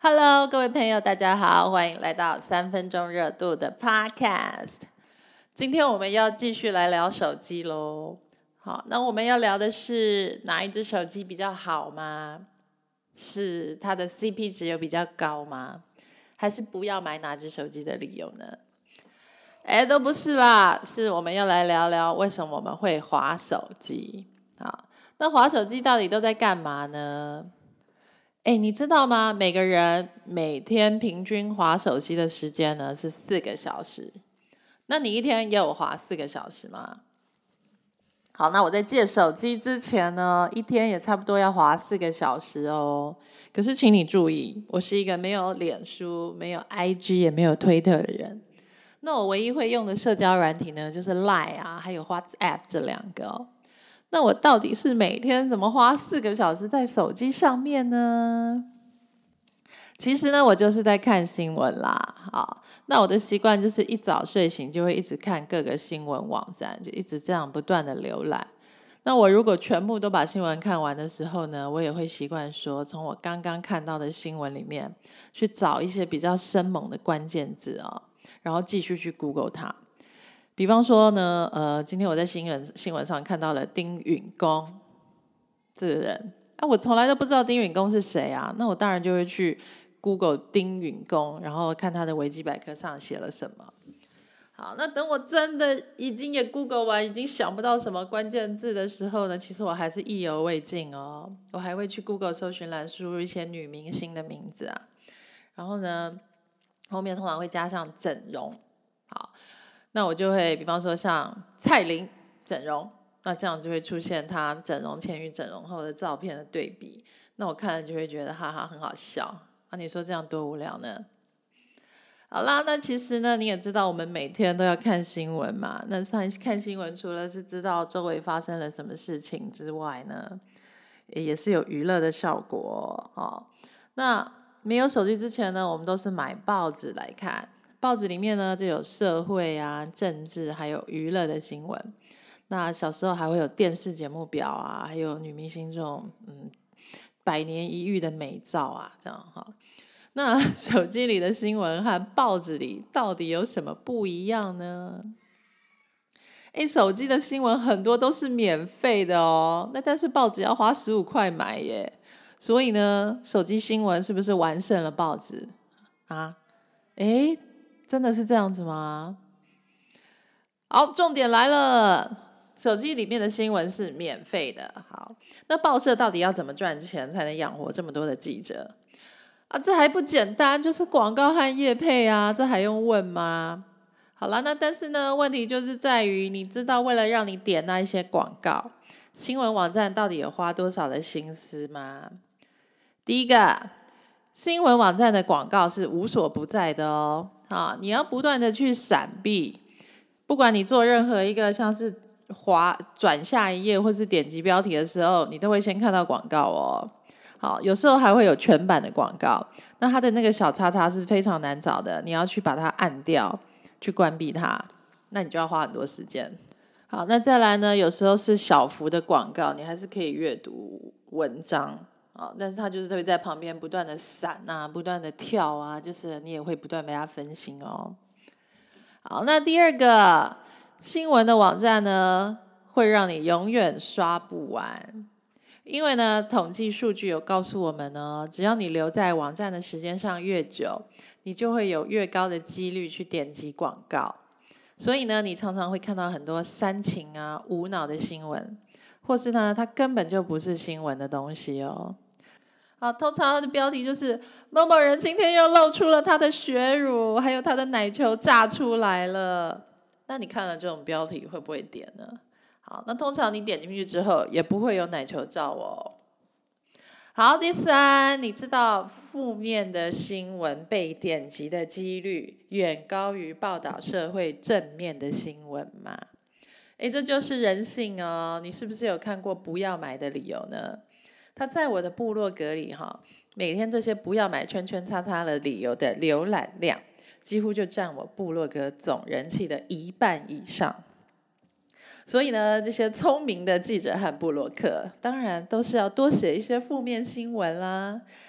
Hello，各位朋友，大家好，欢迎来到3分钟热度的 Podcast。今天我们要继续来聊手机咯。好，那我们要聊的是哪一只手机比较好吗？是它的 CP 值有比较高吗？还是不要买哪只手机的理由呢？都不是啦，是我们要来聊聊为什么我们会滑手机。好，那滑手机到底都在干嘛呢？你知道吗？每个人每天平均滑手机的时间呢是4个小时。那你一天也有滑4个小时吗？好，那我在借手机之前呢，一天也差不多要滑4个小时哦。可是请你注意，我是一个没有脸书、没有 IG 也没有推特的人。那我唯一会用的社交软体呢，就是 Line 啊，还有 WhatsApp 这2个哦。那我到底是每天怎么花4个小时在手机上面呢？其实呢，我就是在看新闻啦。好，那我的习惯就是一早睡醒就会一直看各个新闻网站，就一直这样不断的浏览。那我如果全部都把新闻看完的时候呢，我也会习惯说，从我刚刚看到的新闻里面去找一些比较生猛的关键字哦，然后继续去 Google 它。比方说呢，今天我在新闻上看到了丁允恭这个人，我从来都不知道丁允恭是谁啊，那我当然就会去 Google 丁允恭，然后看他的维基百科上写了什么。好，那等我真的已经也 Google 完，已经想不到什么关键字的时候呢，其实我还是意犹未尽哦。我还会去 Google 搜寻栏输入一些女明星的名字啊，然后呢，后面通常会加上整容。好，那我就会比方说像蔡琳整容，那这样就会出现她整容前与整容后的照片的对比，那我看了就会觉得哈哈很好笑啊！你说这样多无聊呢？好啦，那其实呢，你也知道我们每天都要看新闻嘛。那看新闻除了是知道周围发生了什么事情之外呢，也是有娱乐的效果哦。那没有手机之前呢，我们都是买报纸来看，报纸里面呢就有社会啊、政治还有娱乐的新闻。那小时候还会有电视节目表啊，还有女明星这种百年一遇的美照啊，这样哈。那手机里的新闻和报纸里到底有什么不一样呢？手机的新闻很多都是免费的哦，但是报纸要花15块买耶。所以呢，手机新闻是不是完胜了报纸啊？真的是这样子吗？好，重点来了，手机里面的新闻是免费的。好，那报社到底要怎么赚钱才能养活这么多的记者？这还不简单，就是广告和业配啊，这还用问吗？好了，那但是呢，问题就是在于，你知道为了让你点那一些广告，新闻网站到底有花多少的心思吗？第一个，新闻网站的广告是无所不在的哦，你要不断的去闪避，不管你做任何一个像是转下一页或是点击标题的时候，你都会先看到广告哦。好，有时候还会有全版的广告，那它的那个小叉叉是非常难找的，你要去把它按掉，去关闭它，那你就要花很多时间。好，那再来呢，有时候是小幅的广告，你还是可以阅读文章，但是它就是会在旁边不断的闪啊，不断的跳啊，就是你也会不断被它分心哦。好，那第二个，新闻的网站呢，会让你永远刷不完。因为呢，统计数据有告诉我们呢，只要你留在网站的时间上越久，你就会有越高的几率去点击广告。所以呢，你常常会看到很多煽情啊、无脑的新闻，或是呢，它根本就不是新闻的东西哦。好，通常它的标题就是某某人今天又露出了他的血乳，还有他的奶球炸出来了。那你看了这种标题会不会点呢？好，那通常你点进去之后也不会有奶球照哦。好，第三，你知道负面的新闻被点击的几率远高于报道社会正面的新闻吗？这就是人性哦。你是不是有看过不要买的理由呢？他在我的部落格里每天这些不要买圈圈叉叉的理由的浏览量几乎就占我部落格总人气的1半以上。所以呢，这些聪明的记者和部落客当然都是要多写一些负面新闻啦。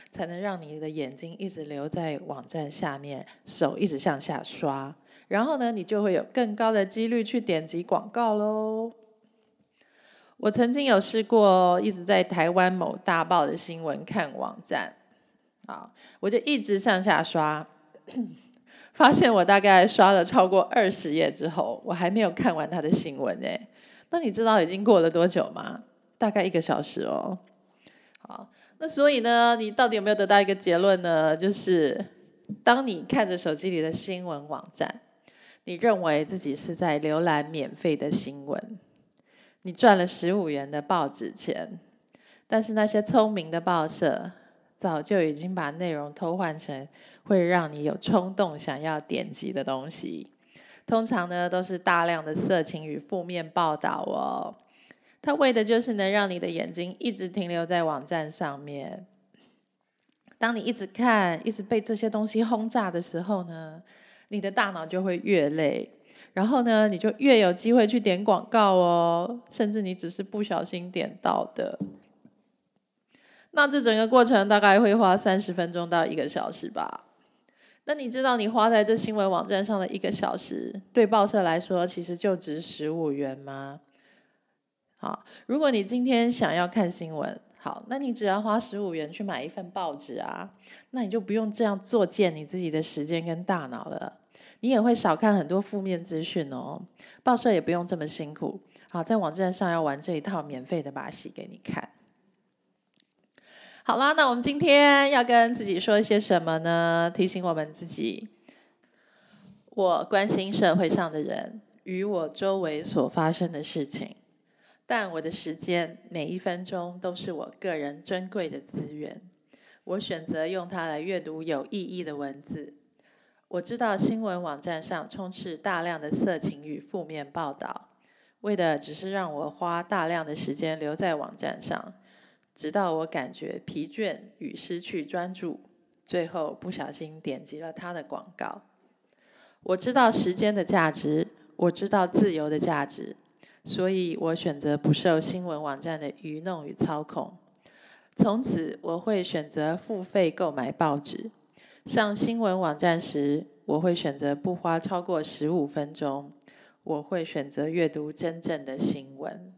才能让你的眼睛一直留在网站下面，手一直向下刷，然后呢，你就会有更高的几率去点击广告咯。我曾经有试过一直在台湾某大报的新闻看网站，好，我就一直向下刷，发现我大概刷了超过20页之后，我还没有看完他的新闻耶。那你知道已经过了多久吗？大概1个小时哦。好，那所以呢，你到底有没有得到一个结论呢？就是当你看着手机里的新闻网站，你认为自己是在浏览免费的新闻，你赚了15元的报纸钱，但是那些聪明的报社早就已经把内容偷换成会让你有冲动想要点击的东西，通常呢都是大量的色情与负面报道哦。它为的就是能让你的眼睛一直停留在网站上面。当你一直看，一直被这些东西轰炸的时候呢，你的大脑就会越累，然后呢，你就越有机会去点广告哦，甚至你只是不小心点到的。那这整个过程大概会花30分钟到1个小时吧。那你知道你花在这新闻网站上的1个小时，对报社来说其实就值15元吗？好，如果你今天想要看新闻，好，那你只要花15元去买一份报纸啊，那你就不用这样作践你自己的时间跟大脑了。你也会少看很多负面资讯哦，报社也不用这么辛苦，好，在网站上要玩这一套免费的把戏给你看。好啦，那我们今天要跟自己说一些什么呢？提醒我们自己，我关心社会上的人与我周围所发生的事情，但我的时间每1分钟都是我个人珍贵的资源，我选择用它来阅读有意义的文字。我知道新闻网站上充斥大量的色情与负面报道，为的只是让我花大量的时间留在网站上，直到我感觉疲倦与失去专注，最后不小心点击了他的广告。我知道时间的价值，我知道自由的价值，所以我选择不受新闻网站的愚弄与操控。从此我会选择付费购买报纸，上新闻网站时我会选择不花超过15分钟，我会选择阅读真正的新闻。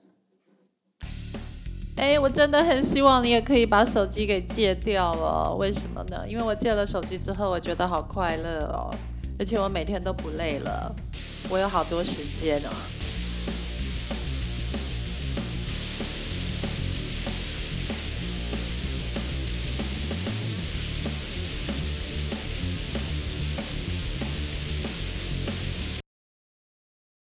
我真的很希望你也可以把手机给戒掉了。为什么呢？因为我戒了手机之后，我觉得好快乐哦，而且我每天都不累了，我有好多时间哦。